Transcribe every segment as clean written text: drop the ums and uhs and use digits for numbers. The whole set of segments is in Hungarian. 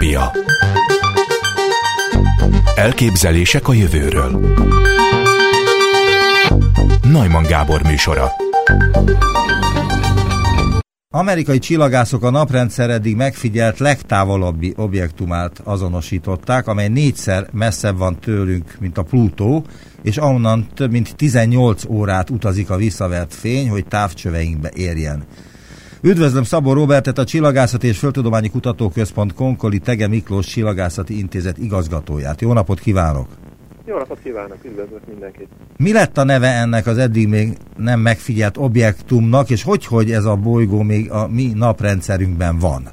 Utópia. Elképzelések a jövőről. Neumann Gábor műsora. Amerikai csillagászok a naprendszer eddig megfigyelt legtávolabbi objektumát azonosították, amely 4-szer messzebb van tőlünk, mint a Plutó, és onnan több mint 18 órát utazik a visszavert fény, hogy távcsöveinkbe érjen. Üdvözlöm Szabó Róbertet, a Csillagászati és Földtudományi Kutatóközpont Konkoli Thege Miklós Csillagászati Intézet igazgatóját. Jó napot kívánok! Jó napot kívánok, üdvözlök mindenkit! Mi lett a neve ennek az eddig még nem megfigyelt objektumnak, és hogy ez a bolygó még a mi naprendszerünkben van?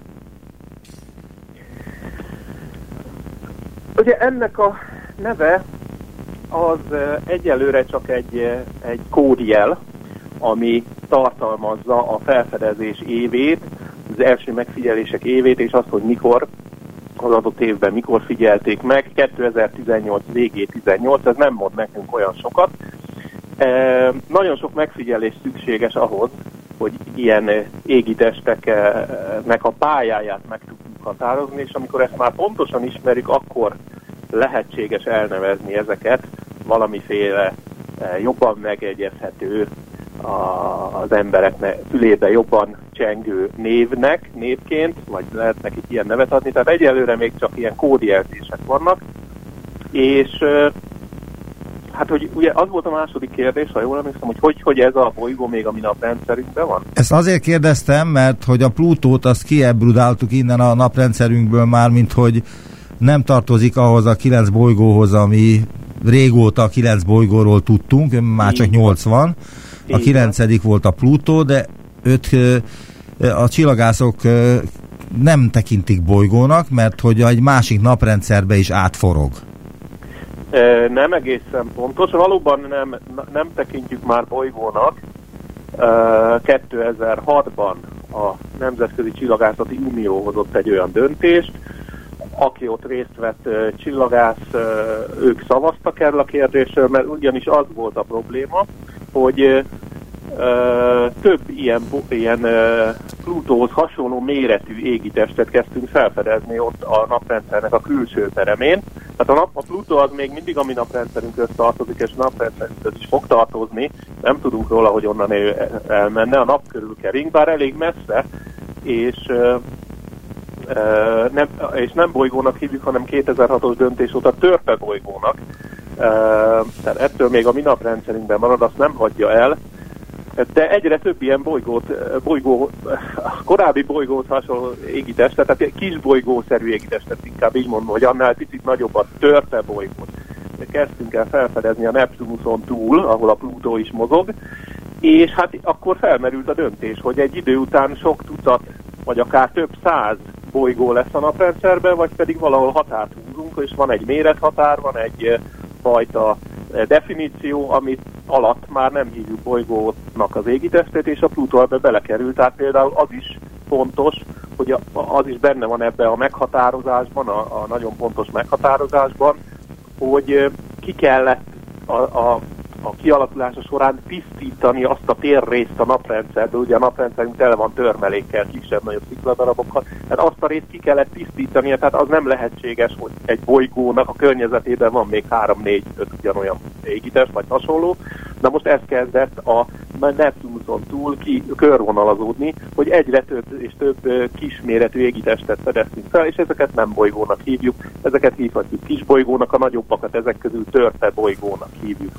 Ugye ennek a neve az egyelőre csak egy kódjel, ami tartalmazza a felfedezés évét, az első megfigyelések évét, és azt, hogy mikor, az adott évben mikor figyelték meg. 2018 végét 18, ez nem mond nekünk olyan sokat. Nagyon sok megfigyelés szükséges ahhoz, hogy ilyen égitesteknek a pályáját meg tudjuk határozni, és amikor ezt már pontosan ismerjük, akkor lehetséges elnevezni ezeket valamiféle jobban megjegyezhető, az emberek fülébe jobban csengő névként, vagy lehet nekik ilyen nevet adni, tehát egyelőre még csak ilyen kódjelzések vannak, és hát, hogy ugye az volt a második kérdés, ha jól emlékszem, hogy ez a bolygó még a mi naprendszerünkben van? Ezt azért kérdeztem, mert hogy a Plutót azt kiebrudáltuk innen a naprendszerünkből már, mint hogy nem tartozik ahhoz a 9 bolygóhoz, ami régóta 9 bolygóról tudtunk, már csak 8 van. A 9. volt a Plutó, de a csillagászok nem tekintik bolygónak, mert hogy egy másik naprendszerbe is átforog. Nem egészen pontos. Valóban nem tekintjük már bolygónak. 2006-ban a Nemzetközi Csillagászati Unió hozott egy olyan döntést, aki ott részt vett csillagász, ők szavaztak erről a kérdésről, mert ugyanis az volt a probléma, hogy több ilyen Plutóhoz hasonló méretű égitestet kezdtünk felfedezni ott a naprendszernek a külső peremén. Tehát a Plutó az még mindig a mi naprendszerünkhöz tartozik, és a naprendszerünkhöz is fog tartozni. Nem tudunk róla, hogy onnan elmenne. A nap körül kering, bár elég messze, és nem bolygónak hívjuk, hanem 2006-os döntés óta törpe bolygónak. Tehát ettől még a mi naprendszerünkben marad, azt nem hagyja el, de egyre több ilyen korábbi bolygóhoz hasonló égitestet, tehát kis bolygószerű égitestet, inkább így mondom, hogy annál picit nagyobb a törpe bolygót. Kezdtünk el felfedezni a Neptunuson túl, ahol a Plutó is mozog, és hát akkor felmerült a döntés, hogy egy idő után sok tucat, vagy akár több száz bolygó lesz a naprendszerben, vagy pedig valahol határt húzunk, és van egy mérethatár, van egy fajta definíció, amit alatt már nem hívjuk bolygónak az égitestet, és a Plutó ebbe belekerült. Tehát például az is fontos, hogy az is benne van ebbe a meghatározásban, a nagyon pontos meghatározásban, hogy ki kellett a kialakulása során tisztítani azt a térrészt a naprendszerből, ugye a naprendszerünk tele van törmelékkel, kisebb-nagyobb szikladarabokkal, tehát azt a részt ki kellett tisztítania, tehát az nem lehetséges, hogy egy bolygónak a környezetében van még 3-4-5 ugyanolyan égitest, vagy hasonló, de most ez kezdett a Neptunuson túl körvonalazódni, hogy egyre több és több kisméretű égitestet fedeztünk fel, és ezeket nem bolygónak hívjuk, ezeket hívhatjuk kisbolygónak, a nagyobbakat ezek közül törpe bolygónak hívjuk.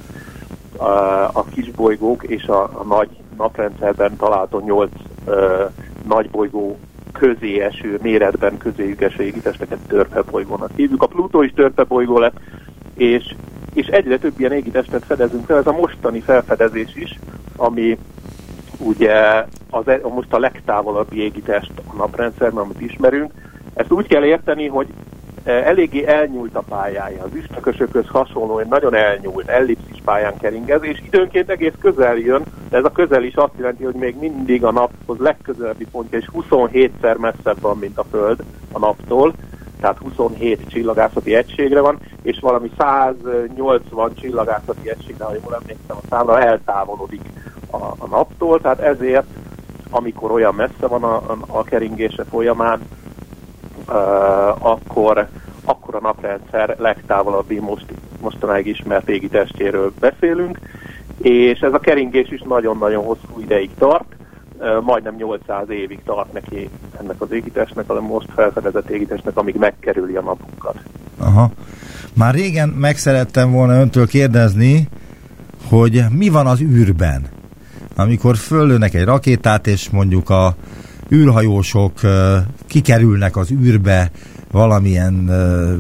A kisbolygók és a nagy naprendszerben található 8 nagybolygó közé eső, méretben közéjük eső égitesteket törpebolygónak hívjuk. A Plutó is törpebolygó lett, és egyre több ilyen égitestet fedezünk fel. Ez a mostani felfedezés is, ami ugye most a legtávolabbi égitest a naprendszerben, amit ismerünk. Ezt úgy kell érteni, hogy eléggé elnyúlt a pályája. Az üstökösökhöz hasonlóan nagyon elnyúlt, ellipszis pályán keringez, és időnként egész közel jön, de ez a közel is azt jelenti, hogy még mindig a naphoz legközelebbi pontja, és 27-szer messzebb van, mint a Föld a naptól, tehát 27 csillagászati egységre van, és valami 180 csillagászati egységre, ha jól emlékszem a számra, eltávolodik a naptól, tehát ezért, amikor olyan messze van a keringése folyamán, akkor a naprendszer legtávolabbi mostanáig ismert égitestjéről beszélünk, és ez a keringés is nagyon-nagyon hosszú ideig tart, majdnem 800 évig tart neki ennek az égitestnek, a most felfedezett égitestnek, amíg megkerüli a napunkat. Aha. Már régen meg szerettem volna öntől kérdezni, hogy mi van az űrben, amikor föllőnek egy rakétát, és mondjuk a űrhajósok kikerülnek az űrbe valamilyen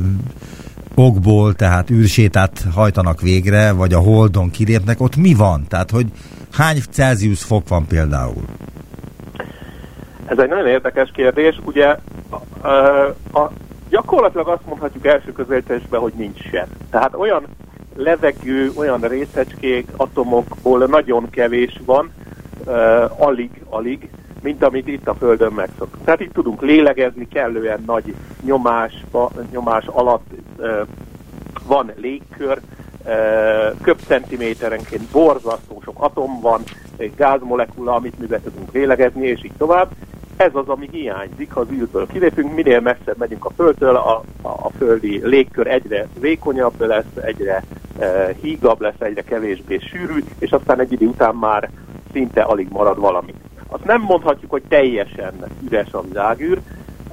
okból, tehát űrsétát hajtanak végre, vagy a Holdon kilépnek, ott mi van? Tehát, hogy hány Celsius fok van például? Ez egy nagyon érdekes kérdés. Ugye gyakorlatilag azt mondhatjuk első közelítésben, hogy nincs sem. Tehát olyan levegő, olyan részecskék, atomokból nagyon kevés van, alig, mint amit itt a Földön megszoktunk. Tehát itt tudunk lélegezni, kellően nagy nyomás alatt van légkör, köbcentiméterenként borzasztó sok atom van, egy gázmolekula, amit mivel tudunk lélegezni, és így tovább. Ez az, ami hiányzik, ha az űrből kilépünk, minél messzebb megyünk a Földtől, a földi légkör egyre vékonyabb lesz, egyre hígabb lesz, egyre kevésbé sűrű, és aztán egy idő után már szinte alig marad valami. Azt nem mondhatjuk, hogy teljesen üres a világűr.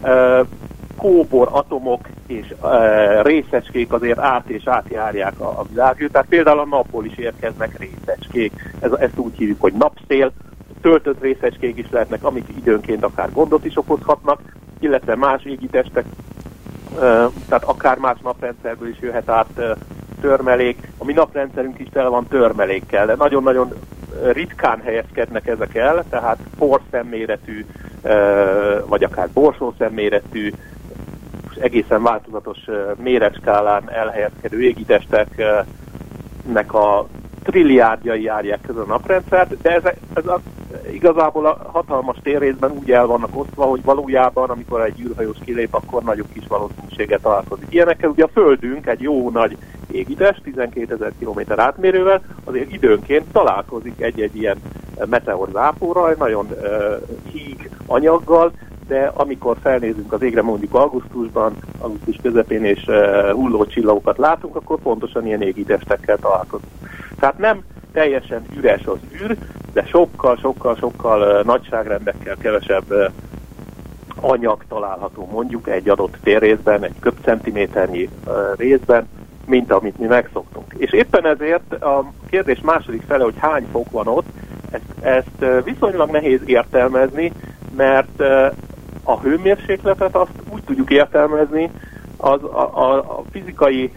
Kóbor, atomok és részecskék azért átjárják a világűrt. Tehát például a napból is érkeznek részecskék. Ezt úgy hívjuk, hogy napszél. Töltött részecskék is lehetnek, amik időnként akár gondot is okozhatnak, illetve más égitestek, tehát akár más naprendszerből is jöhet át törmelék. A mi naprendszerünk is tele van törmelékkel, de nagyon-nagyon ritkán helyezkednek ezek el, tehát porszemméretű, vagy akár borsószemméretű, egészen változatos méretskálán elhelyezkedő égitesteknek a trilliárdjai járják közül a naprendszert, de igazából a hatalmas térrészben úgy el vannak osztva, hogy valójában, amikor egy űrhajós kilép, akkor nagyobb kis valószínűséggel találkozik. Ilyenekkel ugye a Földünk egy jó nagy égitest, 12 000 km átmérővel, azért időnként találkozik egy ilyen meteorzápóra, egy nagyon híg anyaggal, de amikor felnézünk az égre mondjuk augusztus közepén és hulló csillagokat látunk, akkor pontosan ilyen égitestekkel találkozunk. Tehát nem teljesen üres az űr, de sokkal nagyságrendekkel kevesebb anyag található mondjuk egy adott térrészben, egy köbcentiméternyi részben, mint amit mi megszoktunk. És éppen ezért a kérdés második fele, hogy hány fok van ott, ezt viszonylag nehéz értelmezni, mert a hőmérsékletet azt úgy tudjuk értelmezni, a fizikai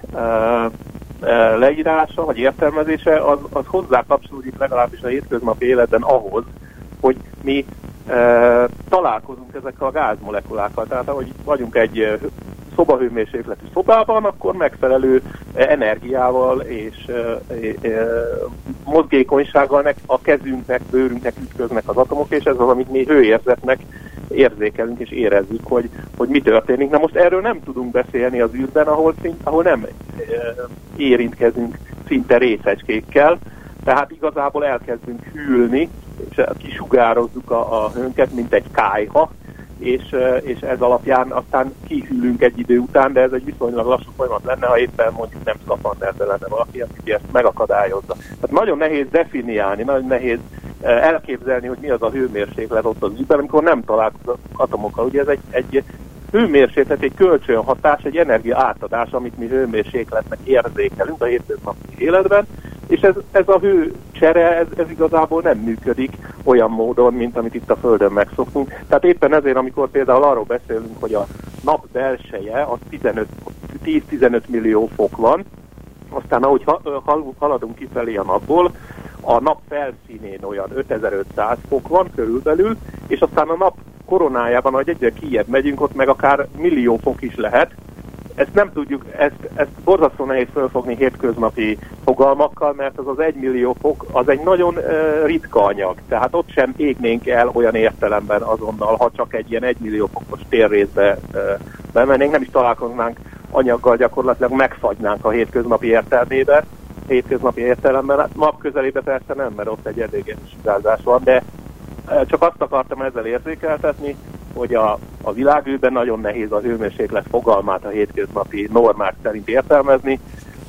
leírása vagy értelmezése az hozzá kapcsolódik legalábbis a hétköznapi életben ahhoz, hogy mi találkozunk ezekkel a gázmolekulákkal. Tehát ahogy vagyunk egy szobahőmérsékletű szobában, akkor megfelelő energiával és mozgékonysággal a kezünknek, bőrünknek ütköznek az atomok, és ez az, amit mi hőérzetnek érzékelünk és érezzük, hogy mi történik. Na most erről nem tudunk beszélni az űrben, ahol nem érintkezünk szinte részecskékkel, tehát igazából elkezdünk hűlni, és kisugározzuk a hőnket, mint egy kályha, és ez alapján aztán kihűlünk egy idő után, de ez egy viszonylag lassú folyamat lenne, ha éppen mondjuk nem szkafanderben lenne valaki, aki ezt megakadályozza. Tehát nagyon nehéz definiálni, nagyon nehéz elképzelni, hogy mi az a hőmérséklet ott az űrben, amikor nem találkozunk atomokkal. Ugye ez egy hőmérséklet, egy kölcsönhatás, egy energia átadás, amit mi hőmérsékletnek érzékelünk a hétköznapi életben, és ez a hőcsere, ez igazából nem működik olyan módon, mint amit itt a Földön megszoktunk. Tehát éppen ezért, amikor például arról beszélünk, hogy a nap belseje az 10-15 millió fok van, aztán ahogy haladunk kifelé a napból, a nap felszínén olyan 5500 fok van körülbelül, és aztán a nap koronájában, ahogy egyre kijebb megyünk, ott meg akár millió fok is lehet. Ezt nem tudjuk, ezt borzasztó nehéz felfogni hétköznapi fogalmakkal, mert az 1 millió fok, az egy nagyon ritka anyag. Tehát ott sem égnénk el olyan értelemben azonnal, ha csak egy ilyen 1 millió fokos térrészbe bemennénk, nem is találkoznánk anyaggal, gyakorlatilag megfagynánk a hétköznapi értelemben. Nap közelébe persze nem, mert ott egy elég sugárzás van, de csak azt akartam ezzel érzékeltetni, hogy a a világűrben, nagyon nehéz a hőmérséklet fogalmát a hétköznapi normák szerint értelmezni.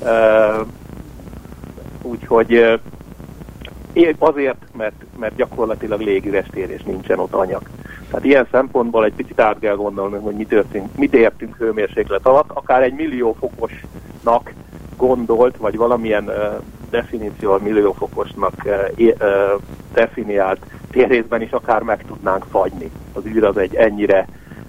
Úgyhogy azért, mert gyakorlatilag légüres tér és nincsen ott anyag. Tehát ilyen szempontból egy picit át kell gondolni, hogy mit értünk hőmérséklet alatt, akár egy millió fokosnak gondolt, vagy valamilyen definícióval milliófokosnak definiált térrészben is akár meg tudnánk fagyni. Az űr az egy ennyire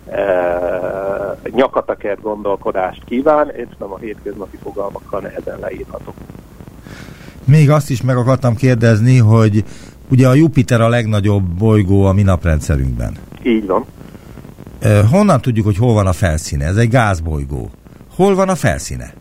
nyakatakert gondolkodást kíván, és nem a hétköznapi fogalmakkal nehezen leírható. Még azt is meg akartam kérdezni, hogy ugye a Jupiter a legnagyobb bolygó a mi naprendszerünkben. Így van. Honnan tudjuk, hogy hol van a felszíne? Ez egy gázbolygó. Hol van a felszíne?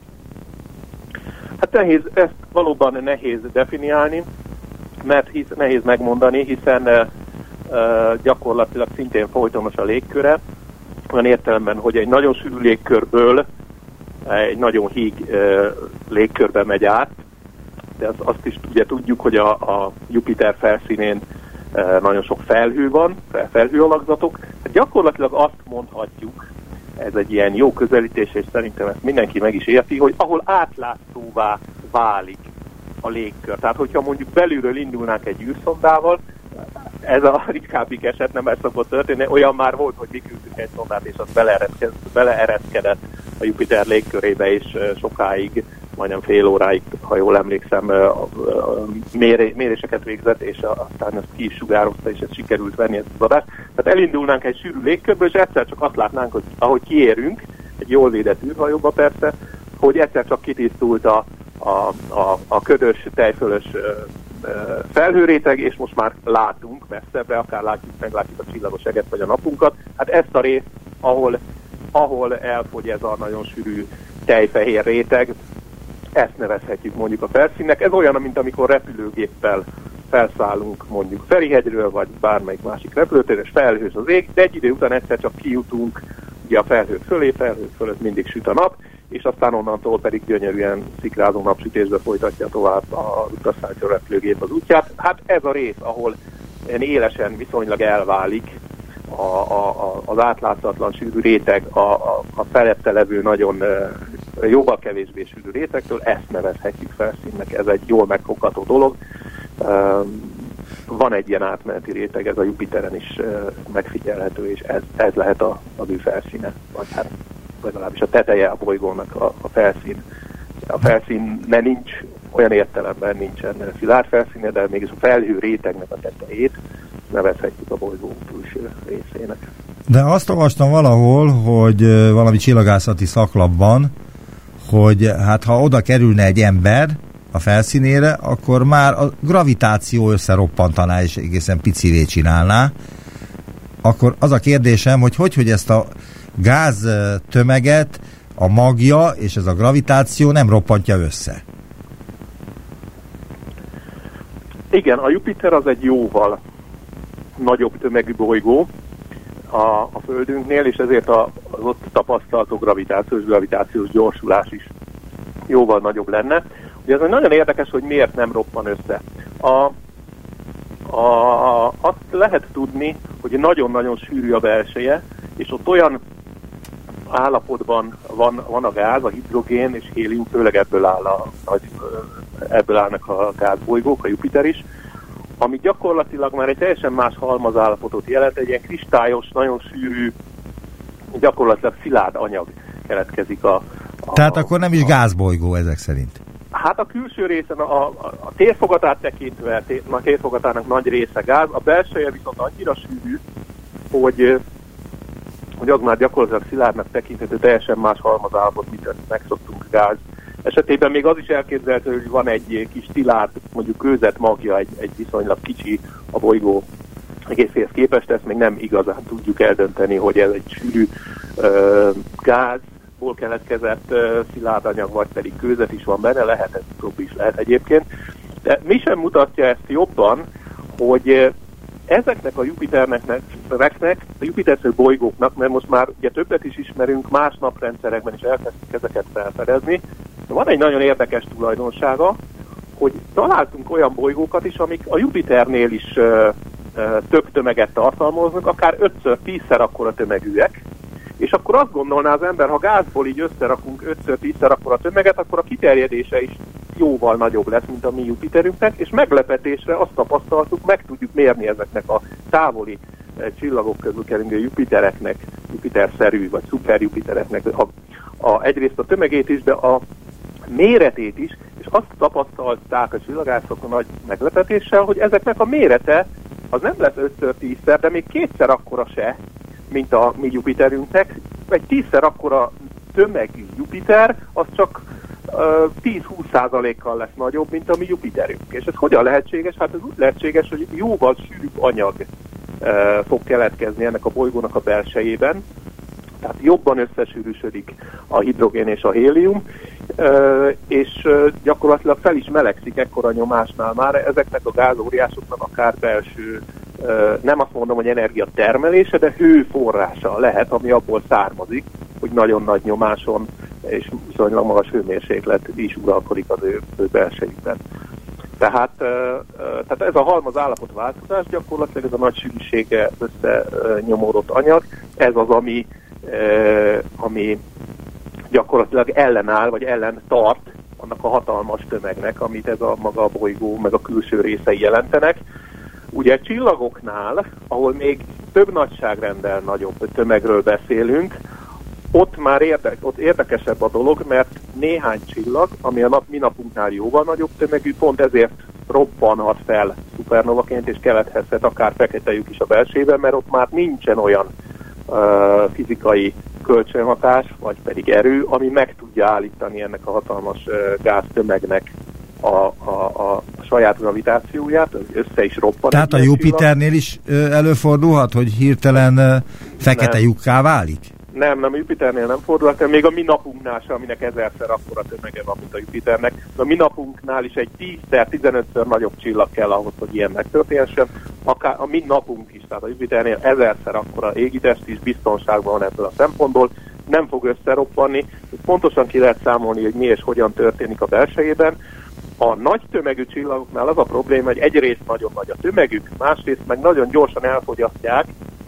Hát ezt valóban nehéz definiálni, mert nehéz megmondani, hiszen gyakorlatilag szintén folytonos a légköre, olyan értelemben, hogy egy nagyon sűrű légkörből egy nagyon híg légkörbe megy át, de azt is ugye tudjuk, hogy a Jupiter felszínén nagyon sok felhő van, felhőalakzatok. Hát gyakorlatilag azt mondhatjuk, ez egy ilyen jó közelítés, és szerintem ezt mindenki meg is érti, hogy ahol átlátszóvá válik a légkör. Tehát, hogyha mondjuk belülről indulnánk egy űrszondával, ez a ritkábbik eset, nem ez szokott történni, olyan már volt, hogy mi küldtünk egy szondát, és az beleereszkedett a Jupiter légkörébe, és sokáig, majdnem fél óráig, ha jól emlékszem, méréseket végzett, és aztán ezt ki is sugározta, és ezt sikerült venni ezt az adást. Tehát elindulnánk egy sűrű légkörből, és egyszer csak azt látnánk, hogy ahogy kiérünk, egy jól védett űrhajóba persze, hogy egyszer csak kitisztult a ködös, tejfölös felhőréteg, és most már látunk messzebbre, akár meglátjuk a csillagos eget vagy a napunkat. Hát ezt a részt, ahol elfogy ez a nagyon sűrű tejfehér réteg, ezt nevezhetjük mondjuk a felszínnek. Ez olyan, mint amikor repülőgéppel felszállunk mondjuk Ferihegyről, vagy bármelyik másik repülőtérre, és felhős az ég, de egy idő után egyszer csak kijutunk ugye a felhők fölé, felhők fölött mindig süt a nap, és aztán onnantól pedig gyönyörűen szikrázó napsütésbe folytatja tovább a utasszállító repülőgép az útját. Hát ez a rész, ahol élesen viszonylag elválik az átláthatatlan sűrű réteg a felette levő nagyon jóval kevésbé sűrű rétegtől, ezt nevezhetjük felszínnek, ez egy jól megfogható dolog. Van egy ilyen átmeneti réteg, ez a Jupiteren is megfigyelhető, és ez lehet az ő felszíne, vagy hát legalábbis a teteje a bolygónak a felszín. A felszíne nincs, olyan értelemben nincsen szilárd felszíne, de mégis a felhő rétegnek a tetejét nevezhetjük a bolygó külső részének. De azt olvastam valahol, hogy valami csillagászati szaklapban, hogy hát ha oda kerülne egy ember a felszínére, akkor már a gravitáció összeroppantaná és egészen picivé csinálná. Akkor az a kérdésem, hogy ezt a gáz tömeget a magja és ez a gravitáció nem roppantja össze. Igen, a Jupiter az egy jóval nagyobb tömegű bolygó a Földünknél, és ezért az ott tapasztalható gravitációs gyorsulás is jóval nagyobb lenne. Ugye ez nagyon érdekes, hogy miért nem roppan össze. Azt lehet tudni, hogy nagyon-nagyon sűrű a belseje, és ott olyan állapotban van a gáz, a hidrogén és hélium, főleg ebből állnak a gázbolygók, a Jupiter is, ami gyakorlatilag már egy teljesen más halmazállapotot jelent, egy ilyen kristályos, nagyon sűrű, gyakorlatilag szilárd anyag keletkezik Tehát akkor nem is gázbolygó ezek szerint? Hát a külső részen a térfogatát tekintve, a térfogatának nagy része gáz, a belseje viszont annyira sűrű, hogy az már gyakorlatilag szilárdnak tekinthető, teljesen más halmazállapot, mint megszoktunk gáz esetében. Még az is elképzelhető, hogy van egy kis szilárd, mondjuk kőzet magja, egy viszonylag kicsi a bolygó egészéhez képest, ezt még nem igazán tudjuk eldönteni, hogy ez egy sűrű gázból keletkezett szilárdanyag, vagy pedig kőzet is van benne, lehet, ez utóbbi is lehet egyébként. De mi sem mutatja ezt jobban, hogy ezeknek a Jupiternek, a Jupiter bolygóknak, mert most már ugye többet is ismerünk, más naprendszerekben is elkezdtük ezeket felfedezni, van egy nagyon érdekes tulajdonsága, hogy találtunk olyan bolygókat is, amik a Jupiternél is több tömeget tartalmaznak, akár 5-10-szer akkora tömegűek, és akkor azt gondolná az ember, ha gázból így összerakunk 5-10-szer akkora tömeget, akkor a kiterjedése is jóval nagyobb lesz, mint a mi Jupiterünknek, és meglepetésre azt tapasztaltuk, meg tudjuk mérni ezeknek a távoli csillagok közül keringő Jupitereknek, Jupiter-szerű vagy szuper-Jupitereknek egyrészt a tömegét is, de a méretét is, és azt tapasztalták a csillagászok a nagy meglepetéssel, hogy ezeknek a mérete az nem lesz 5-10-szer, de még 2-szer akkora se, mint a mi Jupiterünknek. Egy 10-szer akkora tömegű Jupiter, az csak 10-20%-kal lesz nagyobb, mint a mi Jupiterünk. És ez hogyan lehetséges? Hát ez úgy lehetséges, hogy jóval sűrűbb anyag fog keletkezni ennek a bolygónak a belsejében, tehát jobban összesűrűsödik a hidrogén és a hélium, és gyakorlatilag fel is melegszik ekkora nyomásnál már ezeknek a gázóriásoknak akár belső, nem azt mondom, hogy energia termelése, de hőforrása lehet, ami abból származik, hogy nagyon nagy nyomáson és viszonylag magas hőmérséklet is uralkodik az ő belsejükben. Tehát ez a halmaz állapotváltozás, gyakorlatilag ez a nagy sűrűsége összenyomódott anyag, ez az, ami gyakorlatilag ellenáll, vagy ellen tart annak a hatalmas tömegnek, amit ez a maga a bolygó, meg a külső részei jelentenek. Ugye csillagoknál, ahol még több nagyságrenddel nagyobb tömegről beszélünk, ott már ott érdekesebb a dolog, mert néhány csillag, ami a mi napunknál jóval nagyobb tömegű, pont ezért robbanhat fel szupernovaként, és keletkezhet akár fekete lyuk is a belsejében, mert ott már nincsen olyan fizikai kölcsönhatás, vagy pedig erő, ami meg tudja állítani ennek a hatalmas gáztömegnek a saját gravitációját, össze is robban. Tehát a Jupiternél is előfordulhat, hogy hirtelen fekete lyukká válik? Nem, a Jupiternél nem fordulhat, de még a mi napunknál sem, aminek 1000-szer akkora tömege van, mint a Jupiternek. A mi napunknál is egy 10-15-ször nagyobb csillag kell ahhoz, hogy ilyen megtörténhessen. Akár a mi napunk is, tehát a Jupiternél 1000-szer akkora égitest is biztonságban van ebből a szempontból, nem fog összeroppanni. Pontosan ki lehet számolni, hogy mi és hogyan történik a belsejében. A nagy tömegű csillagoknál az a probléma, hogy egyrészt nagyon nagy a tömegük, másrészt meg nagyon gyorsan elfogyasztják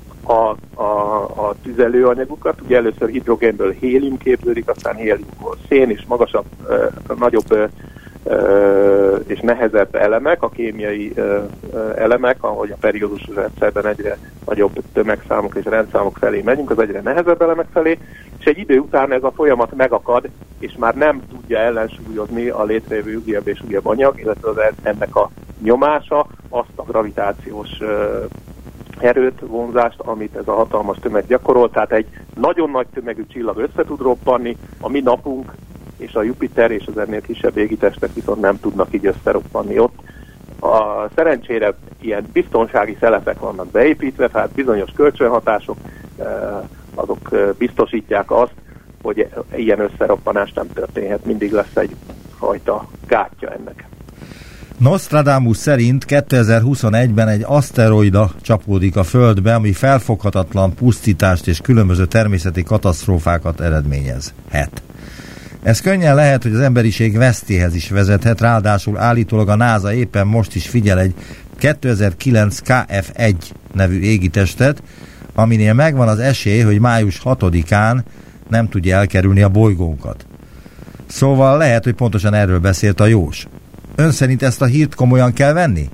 a tüzelőanyagukat. Ugye először hidrogénből hélium képződik, aztán héliumból szén és magasabb, nagyobb és nehezebb elemek, a kémiai elemek, ahogy a periódusos rendszerben egyre nagyobb tömegszámok és rendszámok felé megyünk, az egyre nehezebb elemek felé, és egy idő után ez a folyamat megakad, és már nem tudja ellensúlyozni a létrejövő újabb és újabb anyag, illetve ennek a nyomása, azt a gravitációs erőt, vonzást, amit ez a hatalmas tömeg gyakorol, tehát egy nagyon nagy tömegű csillag össze tud robbanni, a mi napunk és a Jupiter és az ennél kisebb égitestek viszont nem tudnak így összeroppanni ott. Szerencsére ilyen biztonsági szelepek vannak beépítve, tehát bizonyos kölcsönhatások azok biztosítják azt, hogy ilyen összeroppanás nem történhet, mindig lesz egy fajta gátja ennek. Nostradamus szerint 2021-ben egy aszteroida csapódik a Földbe, ami felfoghatatlan pusztítást és különböző természeti katasztrófákat eredményezhet. Ez könnyen lehet, hogy az emberiség vesztéhez is vezethet, ráadásul állítólag a NASA éppen most is figyel egy 2009 KF1 nevű égitestet, aminél megvan az esély, hogy május 6-án nem tudja elkerülni a bolygónkat. Szóval lehet, hogy pontosan erről beszélt a Jós. Ön szerint ezt a hírt komolyan kell venni?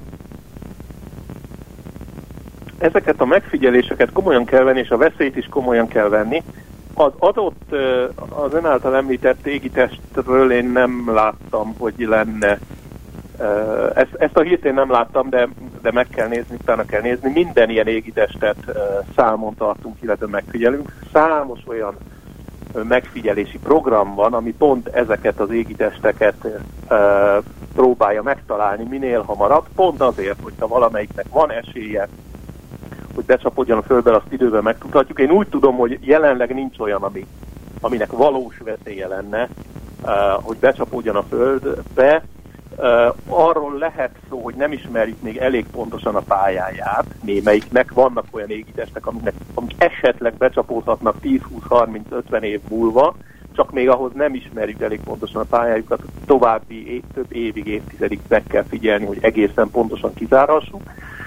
Ezeket a megfigyeléseket komolyan kell venni, és a veszélyt is komolyan kell venni. Az adott, az ön által említett égitestről én nem láttam, hogy lenne. Ezt a hírt én nem láttam, de meg kell nézni, utána kell nézni. Minden ilyen égitestet számon tartunk, illetve megfigyelünk. Számos olyan megfigyelési program van, ami pont ezeket az égitesteket próbálja megtalálni minél hamarabb, pont azért, hogyha valamelyiknek van esélye, hogy becsapódjon a Földbe, azt időben megtudhatjuk. Én úgy tudom, hogy jelenleg nincs olyan, aminek valós veszélye lenne, hogy becsapódjon a Földbe. Arról lehet szó, hogy nem ismerjük még elég pontosan a pályáját, némelyiknek vannak olyan égitestek, amik esetleg becsapódhatnak 10-20-30-50 év múlva, csak még ahhoz nem ismerjük elég pontosan a pályájukat, további több évig, évtizedig meg kell figyelni, hogy egészen pontosan kizárhassuk.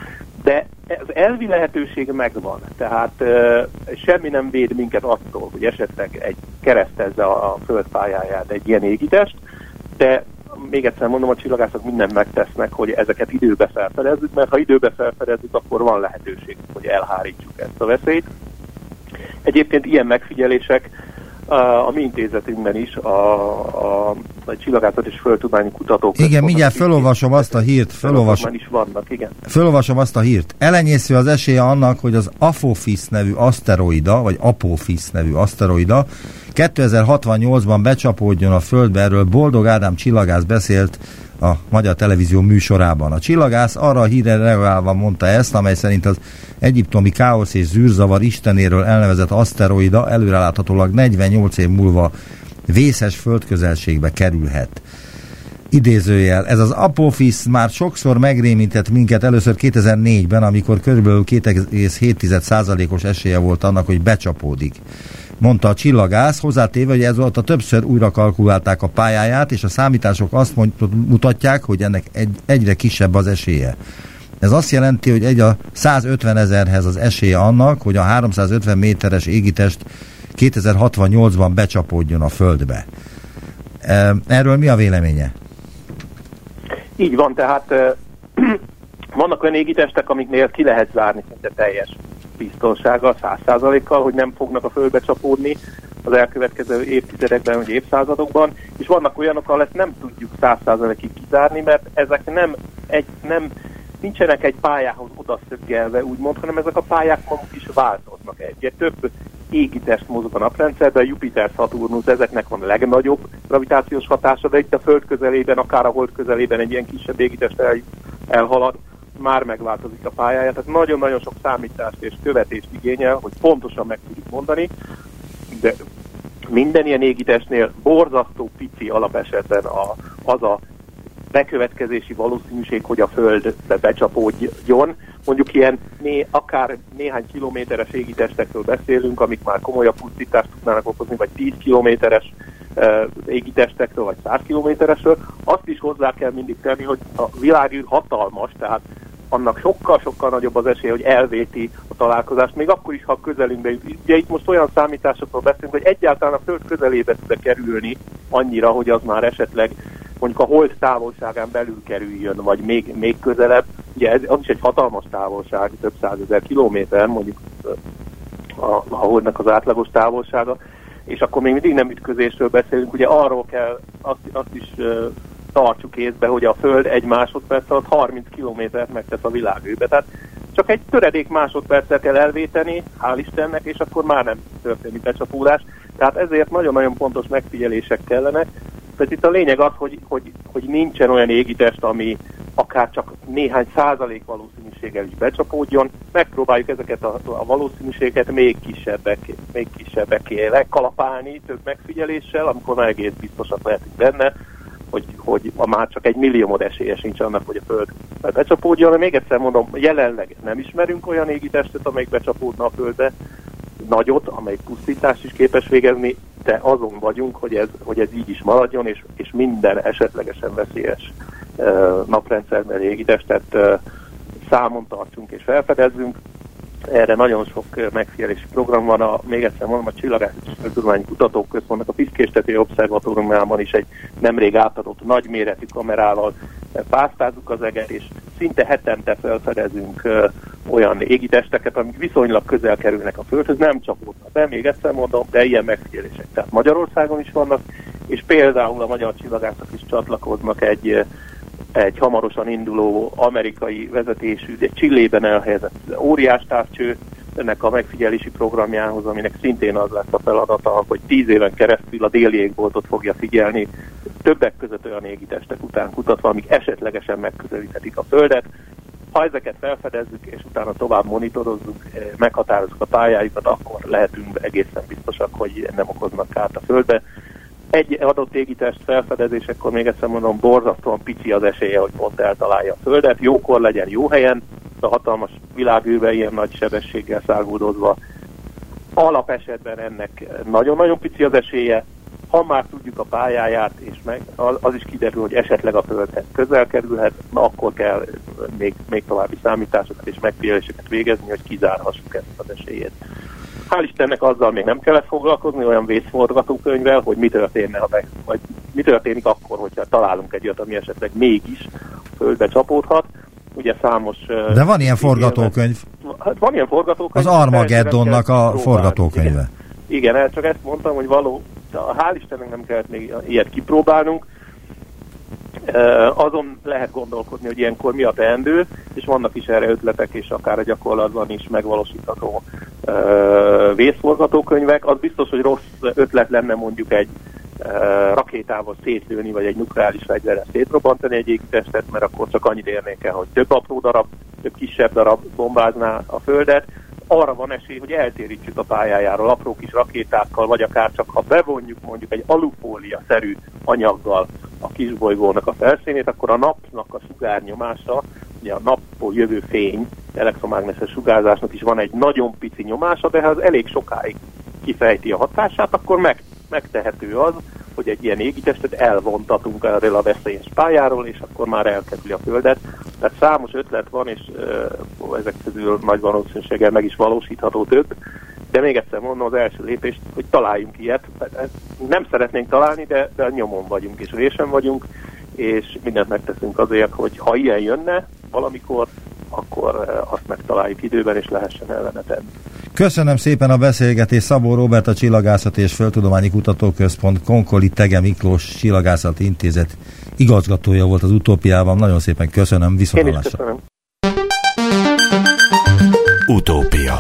De az elvi lehetőség megvan, tehát semmi nem véd minket attól, hogy esetleg keresztezze a Föld pályáját egy ilyen égitest, de még egyszer mondom, a csillagászok mindent megtesznek, hogy ezeket időbe felfedezzük, mert ha időbe felfedezzük, akkor van lehetőség, hogy elhárítsuk ezt a veszélyt. Egyébként ilyen megfigyelések a mi intézetünkben is, a csillagászat és földtudományi kutatók. Igen, mindjárt felolvasom azt a hírt. Felolvasom azt a hírt. Elenyésző az esélye annak, hogy az Apophis nevű aszteroida, vagy Apophis nevű aszteroida 2068-ban becsapódjon a Földbe. Erről Boldog Ádám csillagász beszélt a Magyar Televízió műsorában. A csillagász arra a hírre reagálva mondta ezt, amely szerint az egyiptomi káosz és zűrzavar istenéről elnevezett aszteroida előreláthatólag 48 év múlva vészes földközelségbe kerülhet. Idézőjel, ez az Apophis már sokszor megrémített minket, először 2004-ben, amikor körülbelül 2,7%-os esélye volt annak, hogy becsapódik, mondta a csillagász, hozzátéve, hogy ezóta többször újra kalkulálták a pályáját, és a számítások azt mutatják, hogy ennek egyre kisebb az esélye. Ez azt jelenti, hogy egy a 150 000-hez az esélye annak, hogy a 350 méteres égitest 2068-ban becsapódjon a Földbe. Erről mi a véleménye? Így van, tehát vannak olyan égitestek, amiknél ki lehet zárni szinte teljes biztonsággal, 100%-kal, hogy nem fognak a Földbe csapódni az elkövetkező évtizedekben vagy évszázadokban, és vannak olyanok, ahol ezt nem tudjuk 100%-ig kizárni, mert ezek nincsenek egy pályához odaszöggelve, úgymond, hanem ezek a pályák maguk is változnak. Egy több égitest mozog a naprendszerben, Jupiter, Saturnus, ezeknek van a legnagyobb gravitációs hatása, de itt a Föld közelében, akár a Hold közelében egy ilyen kisebb égitest elhalad, már megváltozik a pályája. Tehát nagyon-nagyon sok számítást és követést igényel, hogy pontosan meg tudjuk mondani, de minden ilyen égitestnél borzasztó pici alapesetben az a bekövetkezési valószínűség, hogy a Földbe becsapódjon. Mondjuk ilyen akár néhány kilométeres égitestekről beszélünk, amik már komolyabb pusztítást tudnának okozni, vagy 10 kilométeres égitestekről, vagy 100 kilométeresről. Azt is hozzá kell mindig tenni, hogy a világűr hatalmas, tehát annak sokkal-sokkal nagyobb az esély, hogy elvéti a találkozást, még akkor is, ha közelünkbe jut. Ugye itt most olyan számításokról beszélünk, hogy egyáltalán a Föld közelébe tud kerülni annyira, hogy az már esetleg mondjuk a Hold távolságán belül kerüljön, vagy még közelebb. Ugye az is egy hatalmas távolság, több 100 000 kilométer, mondjuk a Holdnak az átlagos távolsága, és akkor még mindig nem ütközésről beszélünk, ugye arról kell, azt is tartsuk észbe, hogy a Föld egy másodperc alatt 30 kilométert megtesz a világűrbe. Tehát csak egy töredék másodperccel kell elvéteni, hál' Istennek, és akkor már nem történik becsapódás. Tehát ezért nagyon-nagyon pontos megfigyelések kellenek. Tehát itt a lényeg az, hogy nincsen olyan égitest, ami akár csak néhány százalék valószínűséggel is becsapódjon. Megpróbáljuk ezeket a valószínűségeket még kisebbeké lekalapálni több megfigyeléssel, amikor már egész biztosak lehetünk benne, hogy már csak 1 milliómod esélye sincs annak, hogy a Föld becsapódjon. Még egyszer mondom, jelenleg nem ismerünk olyan égitestet, amelyik becsapódna a Földbe, nagyot, amelyik pusztítást is képes végezni, de azon vagyunk, hogy ez így is maradjon, és minden esetlegesen veszélyes naprendszerben égitestet számon tartsunk és felfedezzünk. Erre nagyon sok megfigyelési program van. Még egyszer mondom, a Csillagászati és Földtudományi Kutatóközpontnak a Piszkéstetői Obszervatóriumában is egy nemrég átadott nagyméretű kamerával pásztázzuk az eget, és szinte hetente felfedezünk olyan égitesteket, amik viszonylag közel kerülnek a Földhöz, nem csapódnak be, még egyszer mondom, de ilyen megfigyelések. Tehát Magyarországon is vannak, és például a magyar csillagászok is csatlakoznak egy hamarosan induló amerikai vezetésű, egy Chilében elhelyezett óriás távcső, ennek a megfigyelési programjához, aminek szintén az lesz a feladata, hogy 10 éven keresztül a déli égboltot fogja figyelni, többek között olyan égitestek után kutatva, amik esetlegesen megközelíthetik a Földet. Ha ezeket felfedezzük, és utána tovább monitorozzuk, meghatározzuk a pályájukat, akkor lehetünk egészen biztosak, hogy nem okoznak kárt a Földbe. Egy adott égitest felfedezésekor, még egyszer mondom, borzasztóan pici az esélye, hogy pont eltalálja a Földet. Jókor legyen jó helyen, a hatalmas világűrbe ilyen nagy sebességgel száguldozva. Alapesetben ennek nagyon-nagyon pici az esélye. Ha már tudjuk a pályáját, és az is kiderül, hogy esetleg a földhez közel kerülhet, akkor kell még további számításokat és megfigyeléseket végezni, hogy kizárhassuk ezt az esélyét. Hál' Istennek azzal még nem kellett foglalkozni, olyan vészforgatókönyvvel, hogy mi történne, vagy mi történik akkor, hogyha találunk egy olyat, ami esetleg mégis földbe csapódhat. Ugye számos... De van ilyen forgatókönyv? Hát van ilyen forgatókönyv. Az Armageddonnak a forgatókönyve. Igen, csak ezt mondtam, hogy hál' Istennek nem kellett még ilyet kipróbálnunk. Azon lehet gondolkodni, hogy ilyenkor mi a teendő, és vannak is erre ötletek, és akár a gyakorlatban is megvalósítható vészforgatókönyvek. Az biztos, hogy rossz ötlet lenne mondjuk egy rakétával szétlőni, vagy egy nukleáris fegyverrel szétrobbantani egy égitestet, mert akkor csak annyit érnék el, hogy több apró darab, több kisebb darab bombázná a Földet. Arra van esély, hogy eltérítsük a pályájáról apró kis rakétákkal, vagy akár csak ha bevonjuk mondjuk egy alufólia-szerű anyaggal a kisbolygónak a felszínét, akkor a napnak a sugárnyomása, ugye a napból jövő fény, elektromágneses sugárzásnak is van egy nagyon pici nyomása, de ha az elég sokáig kifejti a hatását, akkor megtehető az, hogy egy ilyen égitestet elvontatunk erről a veszélyes pályáról, és akkor már elkerüli a Földet. Tehát számos ötlet van, és ezek közül nagy valószínűséggel meg is valósítható több. De még egyszer mondom, az első lépés, hogy találjunk ilyet. Nem szeretnénk találni, de nyomon vagyunk, és résen vagyunk, és mindent megteszünk azért, hogy ha ilyen jönne valamikor, akkor azt megtaláljuk időben, és lehessen ellene tenni. Köszönöm szépen a beszélgetést. Szabó Róbert, a Csillagászati és Földtudományi Kutatóközpont Konkoli Thege Miklós Csillagászati Intézet igazgatója volt az Utópiában. Nagyon szépen köszönöm, viszontlátásra. Én is köszönöm. Utópia.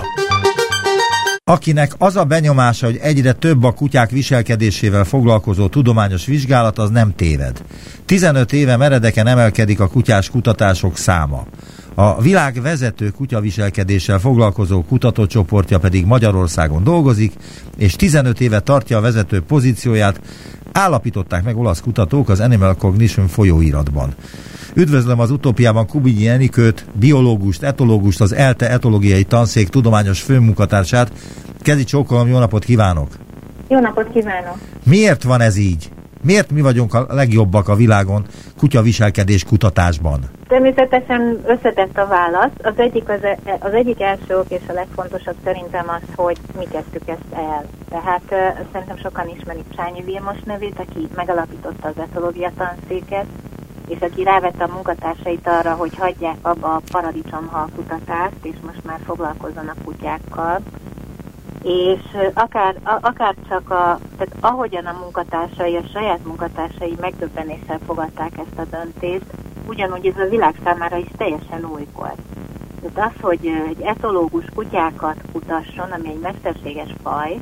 Akinek az a benyomása, hogy egyre több a kutyák viselkedésével foglalkozó tudományos vizsgálat, az nem téved. 15 éve meredeken emelkedik a kutyás kutatások száma. A világ vezető kutyaviselkedéssel foglalkozó kutatócsoportja pedig Magyarországon dolgozik, és 15 éve tartja a vezető pozícióját, állapították meg olasz kutatók az Animal Cognition folyóiratban. Üdvözlöm az Utópiában Kubinyi Enikőt, biológust, etológust, az ELTE etológiai tanszék tudományos főmunkatársát. Kezi csókolom, jó napot kívánok! Jó napot kívánok! Miért van ez így? Miért mi vagyunk a legjobbak a világon kutyaviselkedés kutatásban? Természetesen összetett a válasz. Az egyik első ok és a legfontosabb szerintem az, hogy mi kezdtük ezt el. Tehát szerintem sokan ismerik Csányi Vilmos nevét, aki megalapította az etológia tanszéket, és aki rávette a munkatársait arra, hogy hagyják abba a paradicsomhal kutatást, és most már foglalkozzanak kutyákkal. És akár csak tehát ahogyan a munkatársai, a saját munkatársai megdöbbenéssel fogadták ezt a döntést, ugyanúgy ez a világ számára is teljesen új volt. Tehát az, hogy egy etológus kutyákat kutasson, ami egy mesterséges faj,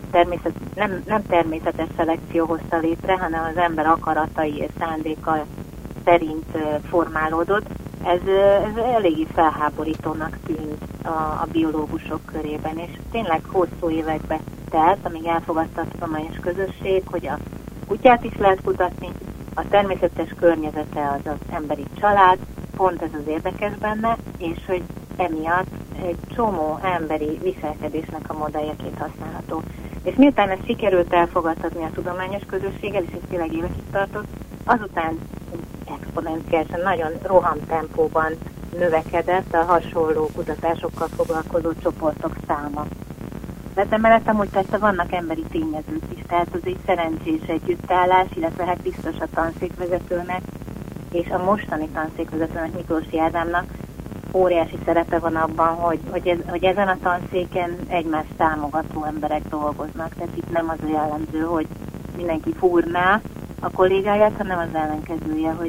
nem természetes szelekció hozta létre, hanem az ember akaratai és szándéka szerint formálódott, ez eléggé felháborítónak tűnt a biológusok körében, és tényleg hosszú évekbe telt, amíg elfogadta a tudományos közösség, hogy a kutyát is lehet kutatni, a természetes környezete az az emberi család, pont ez az érdekes benne, és hogy emiatt egy csomó emberi viselkedésnek a modelljeként használható. És miután ezt sikerült elfogadtatni a tudományos közösséggel, és ez tényleg évekig tartott, azután exponenciálisan, nagyon rohamtempóban növekedett a hasonló kutatásokkal foglalkozó csoportok száma. De emellett amúgy persze vannak emberi tényezők is, tehát az egy szerencsés együttállás, illetve hát biztos a tanszékvezetőnek és a mostani tanszékvezetőnek, Miklósi Ádámnak óriási szerepe van abban, hogy ezen a tanszéken egymást támogató emberek dolgoznak. Tehát itt nem az a jellemző, hogy mindenki fúrná a kollégáját, hanem az ellenkezője, hogy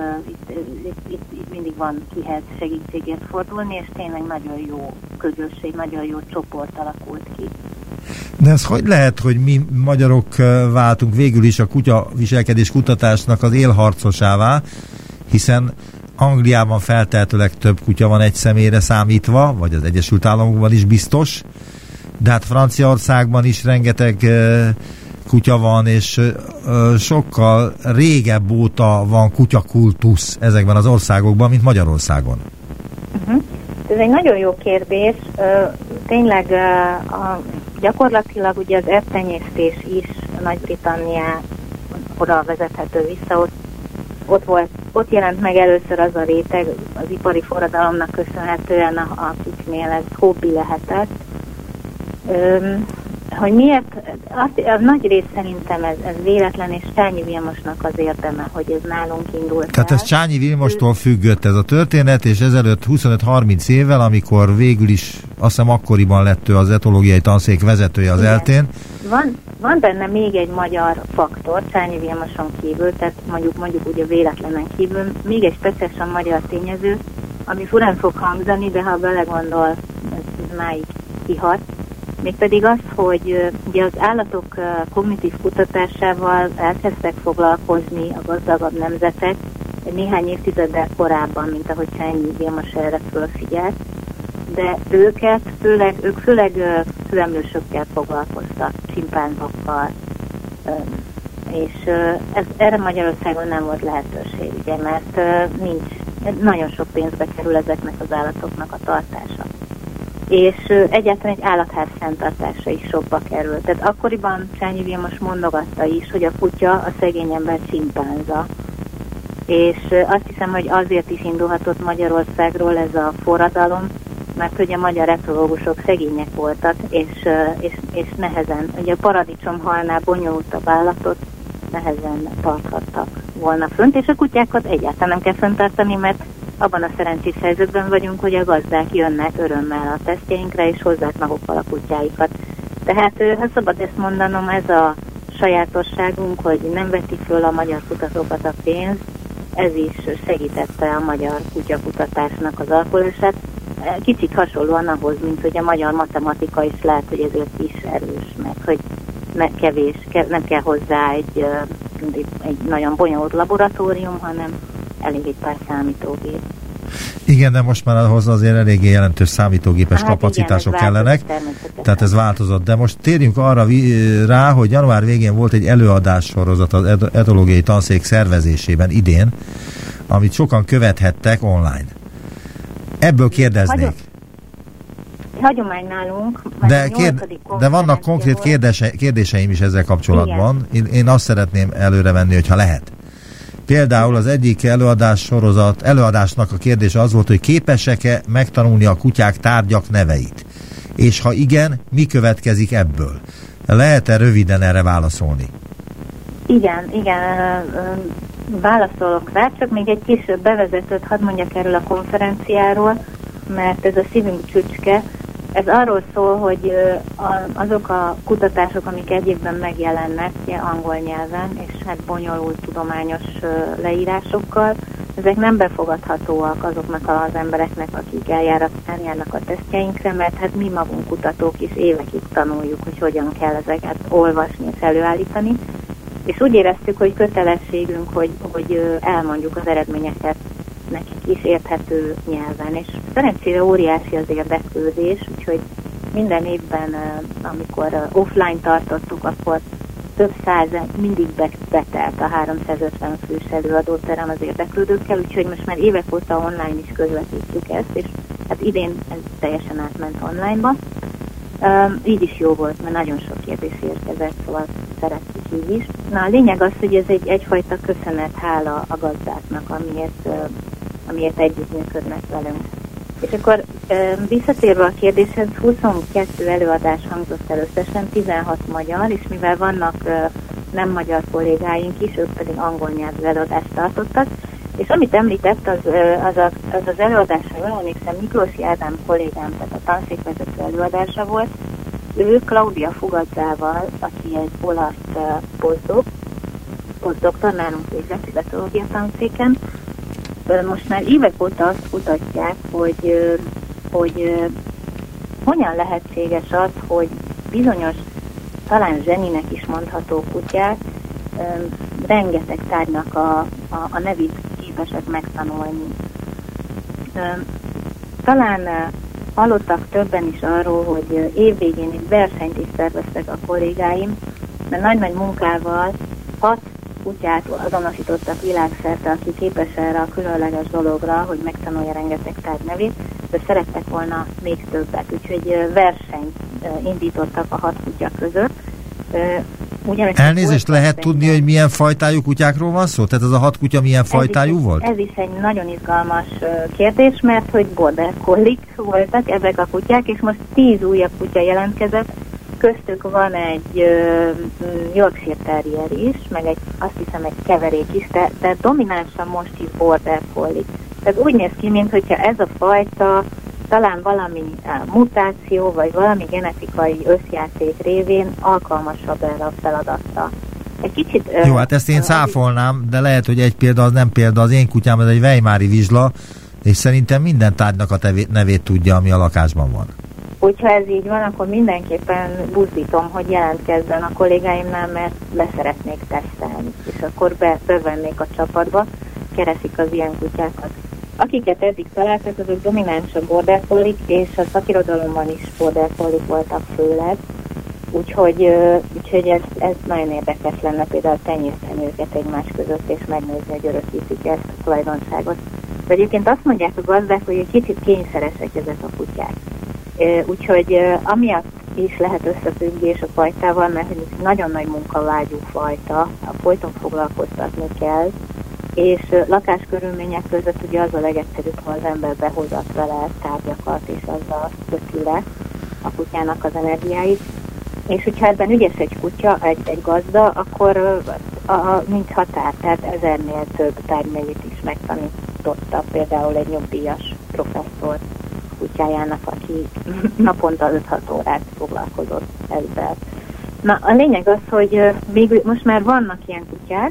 itt mindig van kihez segítségért fordulni, és tényleg nagyon jó közösség, nagyon jó csoport alakult ki. De ez hogy lehet, hogy mi magyarok váltunk végül is a kutyaviselkedés kutatásnak az élharcosává, hiszen Angliában feltehetőleg több kutya van egy személyre számítva, vagy az Egyesült Államokban is biztos, de hát Franciaországban is rengeteg kutya van, és sokkal régebb óta van kutyakultusz ezekben az országokban, mint Magyarországon. Ez egy nagyon jó kérdés. Tényleg gyakorlatilag ugye az ebbtenyésztés is Nagy-Britannia oda vezethető vissza, ott jelent meg először az a réteg, az ipari forradalomnak köszönhetően, akiknél ez hobbi lehetett. Hogy miért, az nagy rész szerintem ez véletlen, és Csányi Vilmosnak az érdeme, hogy ez nálunk indult. Tehát ez Csányi Vilmostól függött ez a történet, és ezelőtt 25-30 évvel, amikor végül is, azt hiszem akkoriban lett ő az etológiai tanszék vezetője az ELTÉn. Van benne még egy magyar faktor, Csányi Vilmoson kívül, tehát mondjuk ugye véletlenen kívül, még egy speciálisan magyar tényező, ami furán fog hangzani, de ha belegondol, ez máig kihat. Mégpedig az, hogy ugye az állatok kognitív kutatásával elkezdtek foglalkozni a gazdagabb nemzetek néhány évtizeddel korábban, mint ahogy Csányi Vilmos erre fölfigyelt, de ők főleg főemlősökkel foglalkoztak, csimpánzokkal, és erre Magyarországon nem volt lehetőség, ugye, mert nagyon sok pénzbe kerül ezeknek az állatoknak a tartása. És egyáltalán egy állatház fenntartása is sokba kerül. Tehát akkoriban Csányi Vilmos mondogatta is, hogy a kutya a szegény ember csimpánza. És azt hiszem, hogy azért is indulhatott Magyarországról ez a forradalom, mert hogy a magyar etológusok szegények voltak, és nehezen, ugye a paradicsomhalnál bonyolultabb állatot nehezen tarthattak volna fönt, és a kutyákat egyáltalán nem kell fenntartani, mert abban a szerencsés helyzetben vagyunk, hogy a gazdák jönnek örömmel a tesztjeinkre, és hozzák magukkal a kutyáikat. Tehát, ha szabad ezt mondanom, ez a sajátosságunk, hogy nem veti föl a magyar kutatókat a pénz, ez is segítette a magyar kutyakutatásnak az alakulását. Kicsit hasonlóan ahhoz, mint hogy a magyar matematika is lehet, hogy ezért is erős, mert hogy kevés, nem kell hozzá egy nagyon bonyolult laboratórium, hanem elég egy pár számítógép. Igen, de most már ahhoz azért eléggé jelentős számítógépes kapacitások kellenek, tehát ez változott. De most térjünk arra rá, hogy január végén volt egy előadássorozat az etológiai tanszék szervezésében idén, amit sokan követhettek online. Ebből kérdeznék. Hagyomány nálunk. De vannak konkrét kérdéseim is ezzel kapcsolatban. Én azt szeretném előrevenni, hogyha lehet. Például az egyik előadásnak a kérdése az volt, hogy képesek-e megtanulni a kutyák tárgyak neveit? És ha igen, mi következik ebből? Lehet-e röviden erre válaszolni? Igen, válaszolok rá, csak még egy kis bevezetőt hadd mondjak erről a konferenciáról, mert ez a szívünk csücske. Ez arról szól, hogy azok a kutatások, amik egy évben megjelennek angol nyelven, és hát bonyolult tudományos leírásokkal, ezek nem befogadhatóak azoknak az embereknek, akik eljárnak a tesztjeinkre, mert hát mi magunk kutatók is évekig tanuljuk, hogy hogyan kell ezeket olvasni és előállítani, és úgy éreztük, hogy kötelességünk, hogy elmondjuk az eredményeket nekik is érthető nyelven, és szerencsére óriási az érdeklődés, úgyhogy minden évben, amikor offline tartottuk, akkor több százen mindig betelt a 350 fős előadóterem az érdeklődőkkel, úgyhogy most már évek óta online is közvetítjük ezt, és hát idén ez teljesen átment onlineba. Így is jó volt, mert nagyon sok kérdés érkezett, szóval szeretjük így is. Na, a lényeg az, hogy ez egyfajta köszönet, hála a gazdáknak, amiért együttműködnek velünk. És akkor visszatérve a kérdéshez, 22 előadás hangzott el összesen, 16 magyar, és mivel vannak nem magyar kollégáink is, ők pedig angol nyelvű előadást tartottak, és amit említett, az előadásra emlékszem, Miklósi Ádám kollégám, tehát a tanszékvezető előadása volt, ő Klaudia Fugadzával, aki egy olasz posztdoktor, nálunk végzett etológia tanszéken, most már évek óta azt kutatják, hogy hogyan lehetséges az, hogy bizonyos, talán zseninek is mondható kutyák rengeteg tárgynak a nevét képesek megtanulni. Talán hallottak többen is arról, hogy évvégén egy versenyt is szerveztek a kollégáim, mert nagy-nagy munkával 6 kutyát azonosítottak világszerte, aki képes erre a különleges dologra, hogy megtanulja rengeteg tárgy nevét, de szerettek volna még többet. Úgyhogy versenyt indítottak a 6 kutya között, Elnézést, lehet tudni, hogy milyen fajtájú kutyákról van szó? Tehát ez a 6 kutya milyen fajtájú volt? Ez is egy nagyon izgalmas kérdés, mert hogy border collie voltak ezek a kutyák, és most 10 újabb kutya jelentkezett, köztük van egy Yorkshire Terrier is, meg azt hiszem egy keverék is, de dominánsan most is border collie. Tehát úgy néz ki, mintha ez a fajta talán valami mutáció, vagy valami genetikai összjáték révén alkalmasabb erre a feladatra. Egy kicsit... Jó, hát ezt én cáfolnám, de lehet, hogy egy példa az nem példa. Az én kutyám, ez egy weimári vizsla, és szerintem minden tárgynak a nevét tudja, ami a lakásban van. Hogyha ez így van, akkor mindenképpen buzdítom, hogy jelentkezzen a kollégáimnál, mert leszeretnék tesztelni, és akkor bevennék a csapatba, keresik az ilyen kutyákat. Akiket eddig találtak, azok domináns a border collie, és a szakirodalomban is border collie voltak főleg, úgyhogy ez nagyon érdekes lenne például tenyészteni őket egymás között, és megnézni, hogy örökítik ezt a tulajdonságot. De egyébként azt mondják a gazdák, hogy egy kicsit kényszeresek ezek a kutyák. Úgyhogy amiatt is lehet összefüggés a fajtával, mert nagyon nagy munkavágyú fajta, folyton foglalkoztatni kell, és lakáskörülmények között ugye az a legegyszerűbb, ha az ember behozat vele tárgyakat, és azzal köti le a kutyának az energiáit. És hogyha ebben ügyes egy kutya, egy gazda, akkor nincs határ, tehát 1000-nél több tárgymegyét is megtanította például egy nyugdíjas professzor kutyájának, aki naponta 5-6 órát foglalkozott ezzel. Na, a lényeg az, hogy még most már vannak ilyen kutyák,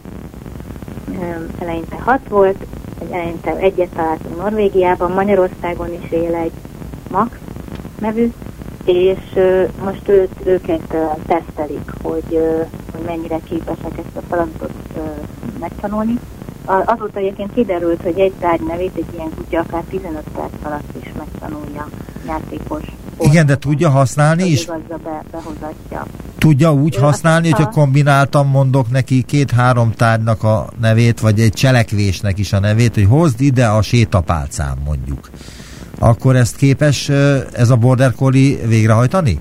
eleinte 6 volt, eleinte egyet találtunk Norvégiában, Magyarországon is él egy Max nevű, és most őket tesztelik, hogy mennyire képesek ezt a feladatot megtanulni. Azóta egyébként kiderült, hogy egy tárgy nevét egy ilyen kutya akár 15 perc alatt is megtanulja játékos. Igen, de tudja használni is? Behozatja. Tudja úgy használni, hogyha kombináltan mondok neki 2-3 tárgynak a nevét, vagy egy cselekvésnek is a nevét, hogy hozd ide a sétapálcám, mondjuk. Akkor ezt képes ez a border collie végrehajtani?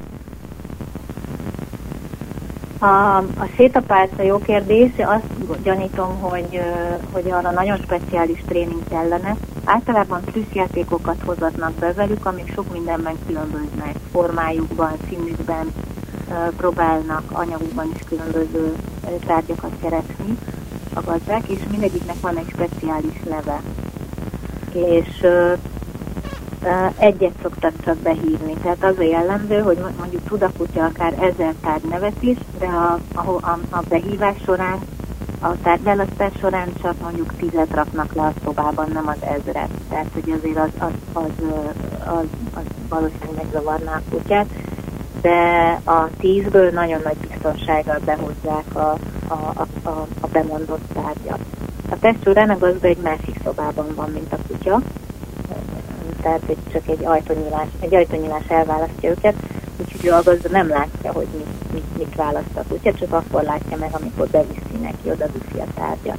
A sétapálca jó kérdés, azt gyanítom, hogy arra nagyon speciális tréning kellene. Általában plüsszjátékokat hozatnak be velük, amik sok mindenben különböznek. Formájukban, színükben próbálnak anyagukban is különböző tárgyakat keresni a gazdák, és mindegyiknek van egy speciális neve. És egyet szoktak csak behívni. Tehát az a jellemző, hogy mondjuk tud a kutya akár 1000 tárgynevet is, de a behívás során, a tárgyválasztás során csak mondjuk 10-et raknak le a szobában, nem az 1000-et. Tehát, hogy azért az valószínűleg megzavarná a kutyát, de a 10-ből nagyon nagy biztonsággal behozzák a bemondott tárgyat. A teszt során a gazda egy másik szobában van, mint a kutya, tehát csak egy ajtónyílás elválasztja őket, úgyhogy a gazda nem látja, hogy mit választ a kutya, csak akkor látja meg, amikor beviszi neki, oda viszi a tárgyat.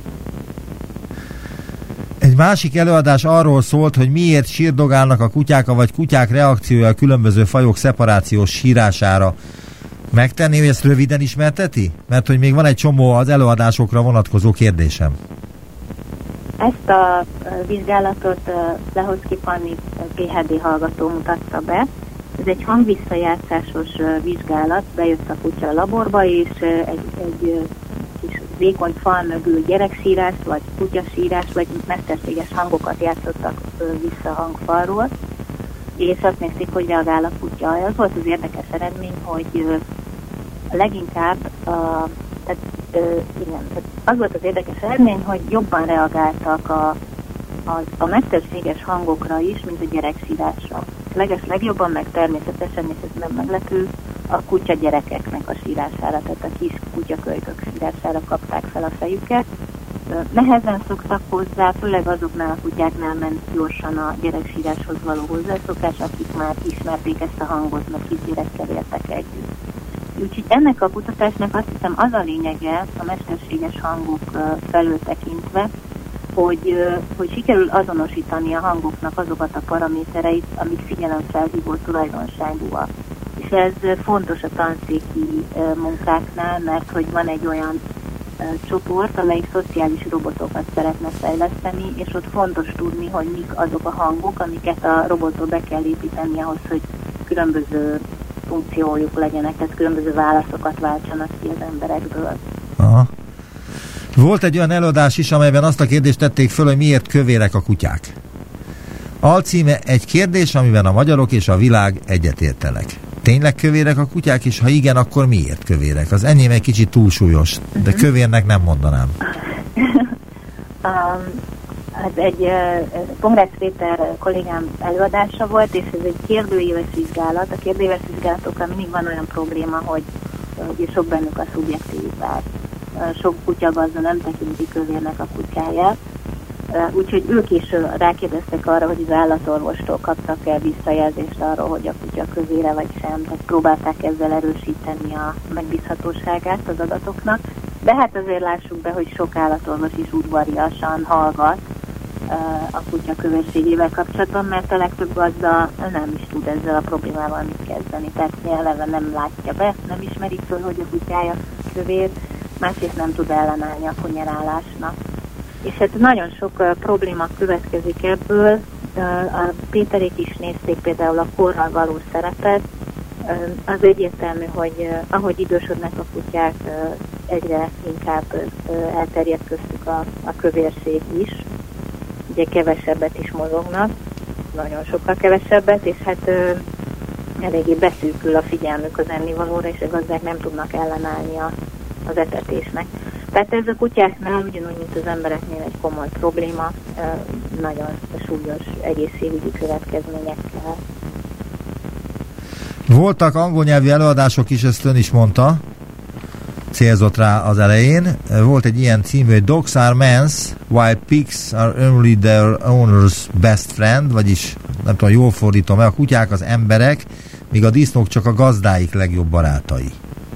Egy másik előadás arról szólt, hogy miért sírdogálnak a kutyák, vagy kutyák reakciója a különböző fajok szeparációs sírására. Megtenni, hogy ezt röviden ismerteti? Mert hogy még van egy csomó az előadásokra vonatkozó kérdésem. Ezt a vizsgálatot Lehoczky Fanni PhD hallgató mutatta be. Ez egy hangvisszajátszásos vizsgálat, bejött a kutya a laborba, és egy kis vékony fal mögül gyereksírás, vagy kutyasírás, vagy mesterséges hangokat játszottak vissza a hangfalról, és azt nézték, hogy reagál a kutya. Az volt az érdekes eredmény, hogy leginkább az volt az érdekes eredmény, hogy jobban reagáltak a mesterséges hangokra is, mint a gyereksírásra. Legjobban, meg természetesen, és ez nem meglepő, a kutya gyerekeknek a sírására, tehát a kis kutyakölykök sírására kapták fel a fejüket. Nehezen szoktak hozzá, főleg azoknál a kutyáknál ment gyorsan a gyereksíráshoz való hozzászokás, akik már ismerték ezt a hangot, mert kisgyerekkel éltek együtt. Úgyhogy ennek a kutatásnak azt hiszem az a lényege a mesterséges hangok felől tekintve, hogy sikerül azonosítani a hangoknak azokat a paramétereit, amik figyelemfelhívó tulajdonságúak. És és ez fontos a tanszéki munkáknál, mert hogy van egy olyan csoport, amelyik szociális robotokat szeretne fejleszteni, és ott fontos tudni, hogy mik azok a hangok, amiket a robotba be kell építeni ahhoz, hogy különböző funkciójuk legyenek, tehát különböző válaszokat váltsanak ki az emberekből. Aha. Volt egy olyan előadás is, amelyben azt a kérdést tették föl, hogy miért kövérek a kutyák. Alcíme: egy kérdés, amiben a magyarok és a világ egyetértenek. Tényleg kövérek a kutyák, és ha igen, akkor miért kövérek? Az enyém egy kicsit túlsúlyos, de kövérnek nem mondanám. Ez egy Pongrácz Péter kollégám előadása volt, és ez egy kérdőíves vizsgálat. A kérdőíves vizsgálatokkal mindig van olyan probléma, hogy sok bennük a szubjektivitás. Sok kutyagazda nem tekinti kövérnek a kutyáját. Úgyhogy ők is rákérdeztek arra, hogy az állatorvostól kaptak-e visszajelzést arról, hogy a kutya kövére vagy sem. Tehát próbálták ezzel erősíteni a megbízhatóságát az adatoknak. De hát azért lássuk be, hogy sok állatorvos is udvariasan hallgat a kutya kövérségével kapcsolatban, mert a legtöbb gazda nem is tud ezzel a problémával mit kezdeni. Tehát eleve nem látja be, nem ismerik föl, hogy a kutyája kövér, másrészt nem tud ellenállni a konyarálásnak. És hát nagyon sok probléma következik ebből. A Péterék is nézték például a korral való szerepet. Az egyértelmű, hogy ahogy idősödnek a kutyák, egyre inkább elterjed köztük a kövérség is. Ugye kevesebbet is mozognak, nagyon sokkal kevesebbet, és hát eléggé beszűkül a figyelmük az ennivalóra, és a gazdák nem tudnak ellenállni az etetésnek. Tehát ez a kutyáknál ugyanúgy, mint az embereknél egy komoly probléma, nagyon súlyos egészségügyi következményekkel. Voltak angol nyelvű előadások is, ezt ön is mondta, célzott rá az elején. Volt egy ilyen című, hogy Dogs are men's, while pigs are only their owner's best friend, vagyis nem tudom, jól fordítom, a kutyák az emberek, míg a disznók csak a gazdáik legjobb barátai.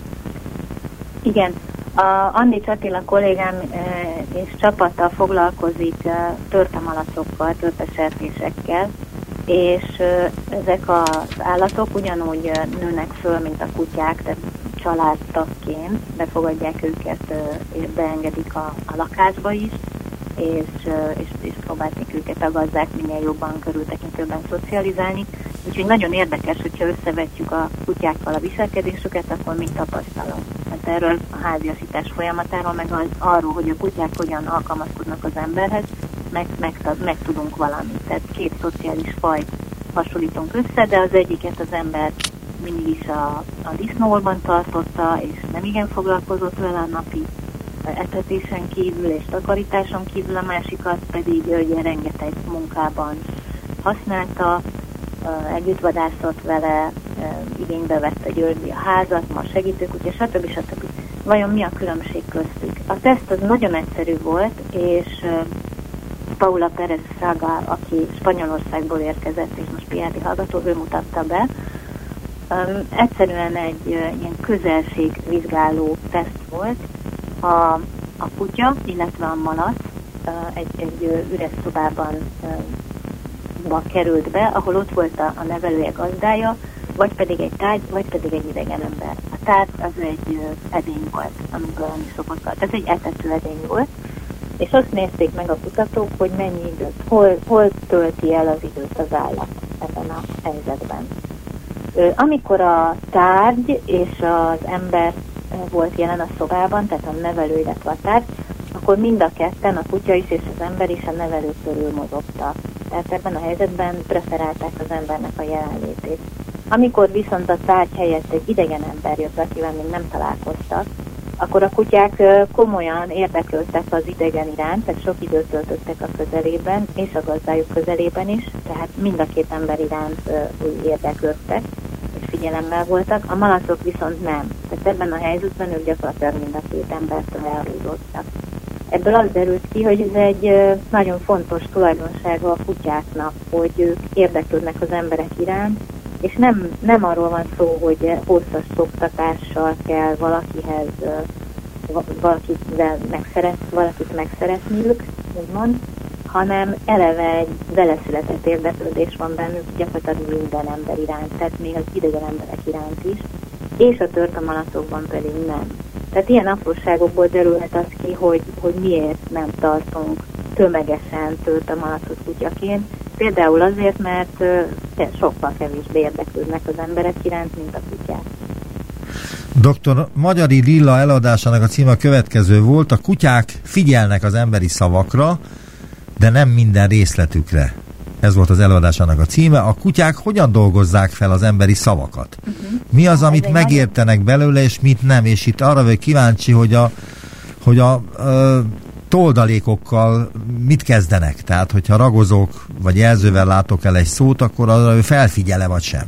Igen. Andics Attila kollégám és csapata foglalkozik törpemalacokkal, törpesertésekkel, és ezek az állatok ugyanúgy nőnek föl, mint a kutyák, tehát családtagként befogadják őket, beengedik a lakásba is, és próbálják őket a gazdák minél jobban, körültekintőben szocializálni. Úgyhogy nagyon érdekes, hogyha összevetjük a kutyákkal a viselkedésüket, akkor mit tapasztalunk. Hát erről a háziasítás folyamatáról, meg arról, hogy a kutyák hogyan alkalmazkodnak az emberhez, meg tudunk valamit. Tehát két szociális fajt hasonlítunk össze, de az egyiket az ember mindig is a disznóolban tartotta, és nem igen foglalkozott vele a napi etetésen kívül és takarításon kívül, a másikat pedig ugye rengeteg munkában használta, együtt vadászott vele, igénybe vette, győrzi a házat, ma segítőkutya, stb. Vajon mi a különbség köztük? A teszt az nagyon egyszerű volt, és Paula Pérez Fraga, aki Spanyolországból érkezett, és most PhD hallgató, ő mutatta be. Egyszerűen egy ilyen közelségvizsgáló teszt volt. A kutya, illetve a malac egy üres szobában került be, ahol ott volt a nevelője, gazdája, vagy pedig egy tárgy, vagy pedig egy idegen ember. A tárgy az egy edény volt, amiből ami szokott volt. Ez egy etető edény volt, és azt nézték meg a kutatók, hogy mennyi időt, hol tölti el az időt az állat ebben a helyzetben. Amikor a tárgy és az ember volt jelen a szobában, tehát a nevelő, illetve a tárgy, akkor mind a ketten, a kutya is és az ember is a nevelő körül mozogtak. Tehát ebben a helyzetben preferálták az embernek a jelenlétét. Amikor viszont a tárgy helyett egy idegen ember jött, akivel még nem találkoztak, akkor a kutyák komolyan érdeklődtek az idegen iránt, tehát sok időt töltöttek a közelében, és a gazdájuk közelében is, tehát mind a két ember iránt úgy érdeklődtek, és figyelemmel voltak. A malacok viszont nem. Tehát ebben a helyzetben ők gyakorlatilag mind a két embertől elhúzódtak. Ebből az derült ki, hogy ez egy nagyon fontos tulajdonsága a kutyáknak, hogy ők érdeklődnek az emberek iránt, és nem arról van szó, hogy hosszas szoktatással kell valakit megszeretniük, úgymond, hanem eleve egy veleszületett érdeklődés van bennük gyakorlatilag minden ember iránt, tehát még az idegen emberek iránt is, és a törtamalatokban pedig nem. Tehát ilyen apróságokból derülhet az ki, hogy miért nem tartunk tömegesen törtamalatot kutyaként. Például azért, mert sokkal kevésbé érdeklődnek az emberek iránt, mint a kutyák. Dr. Magyari Lilla előadásának a címe a következő volt: a kutyák figyelnek az emberi szavakra, de nem minden részletükre. Ez volt az előadásának a címe. A kutyák hogyan dolgozzák fel az emberi szavakat? Mi az, amit megértenek belőle, és mit nem? És itt arra vagyok kíváncsi, hogy a toldalékokkal mit kezdenek? Tehát, hogyha ragozok, vagy jelzővel látok el egy szót, akkor arra ő felfigyel-e, vagy sem?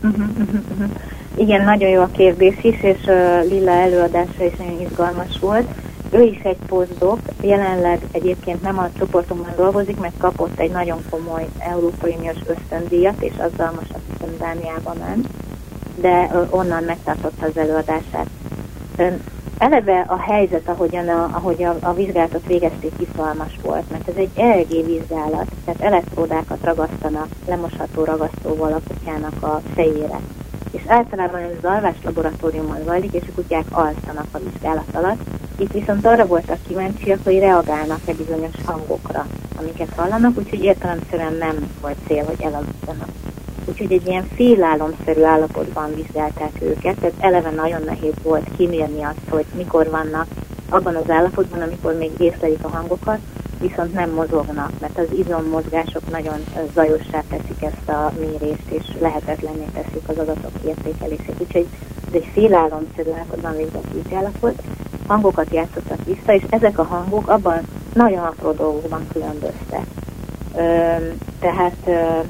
Igen, nagyon jó a kérdés is, és Lilla előadása is nagyon izgalmas volt. Ő is egy posztdoc, jelenleg egyébként nem a csoportunkban dolgozik, mert kapott egy nagyon komoly Európai Uniós ösztöndíjat, és azzal most azt hiszem Dániába ment, de onnan megtartotta az előadását. Eleve a helyzet, ahogy a vizsgálatot végezték, izgalmas volt, mert ez egy EEG vizsgálat, tehát elektródákat ragasztanak lemosható ragasztóval a kutyának a fejére. És általában ez az alvás laboratóriumban zajlik, és a kutyák alszanak a vizsgálat alatt. Itt viszont arra voltak kíváncsiak, hogy reagálnak-e bizonyos hangokra, amiket hallanak, úgyhogy értelemszerűen nem volt cél, hogy elaludjanak. Úgyhogy egy ilyen félálomszerű állapotban vizsgálták őket, tehát eleve nagyon nehéz volt kimérni azt, hogy mikor vannak abban az állapotban, amikor még észlelik a hangokat, viszont nem mozognak, mert az izommozgások nagyon zajossá teszik ezt a mérést, és lehetetlenné teszik az adatok értékelését. Úgyhogy ez egy félálomszerű állapotban végzett vizsgálat volt, hangokat játszottak vissza, és ezek a hangok abban nagyon apró dolgokban különböztek. Tehát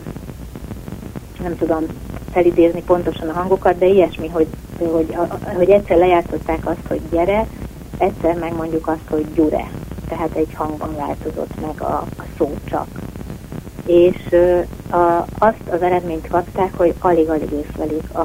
nem tudom felidézni pontosan a hangokat, de ilyesmi, hogy egyszer lejátszották azt, hogy gyere, egyszer meg mondjuk azt, hogy gyure. Tehát egy hangban változott meg a szó csak. És azt az eredményt kapták, hogy alig-alig észlelik a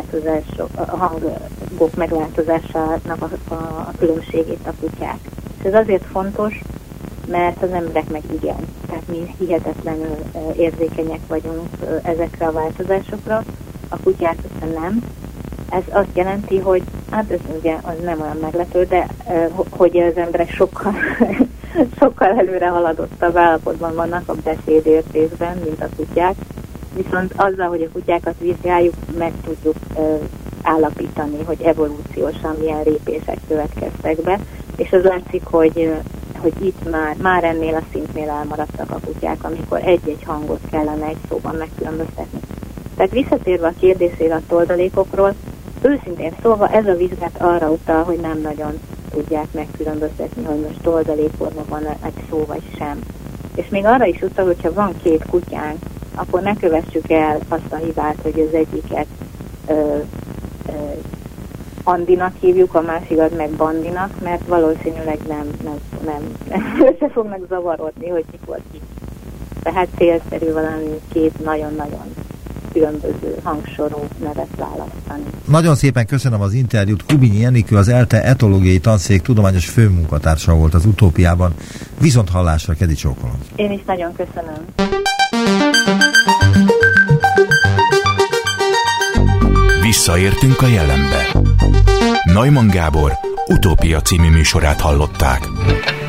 hangok megváltozásának a különbségét a kutyák. És ez azért fontos, mert az emberek meg igen. Tehát mi hihetetlenül érzékenyek vagyunk ezekre a változásokra, a kutyák nem. Ez azt jelenti, hogy hát ez ugye az nem olyan meglepő, de hogy az emberek sokkal előre haladottabb állapotban vannak a beszédértésben, mint a kutyák. Viszont azzal, hogy a kutyákat vizsgáljuk, meg tudjuk állapítani, hogy evolúciósan milyen lépések következtek be, és az látszik, hogy itt már ennél a szintnél elmaradtak a kutyák, amikor egy-egy hangot kellene egy szóban megkülönböztetni. Tehát visszatérve a kérdésére a toldalékokról, őszintén szólva ez a vizsgát arra utal, hogy nem nagyon tudják megkülönböztetni, hogy most toldalékforma van egy szó vagy sem. És még arra is utal, hogyha van két kutyánk, akkor ne kövessük el azt a hibát, hogy az egyiket Andinak hívjuk, a másikat meg Bandinak, mert valószínűleg nem össze fognak zavarodni, hogy mikor ki. Tehát célszerű valami két nagyon-nagyon különböző hangsorú nevet választani. Nagyon szépen köszönöm az interjút. Kubinyi Enikő, az ELTE etológiai tanszék tudományos főmunkatársa volt az Utópiában. Viszont hallásra, kedi csókolom. Én is nagyon köszönöm. Visszaértünk a jelenbe. Neumann Gábor Utópia című műsorát hallották.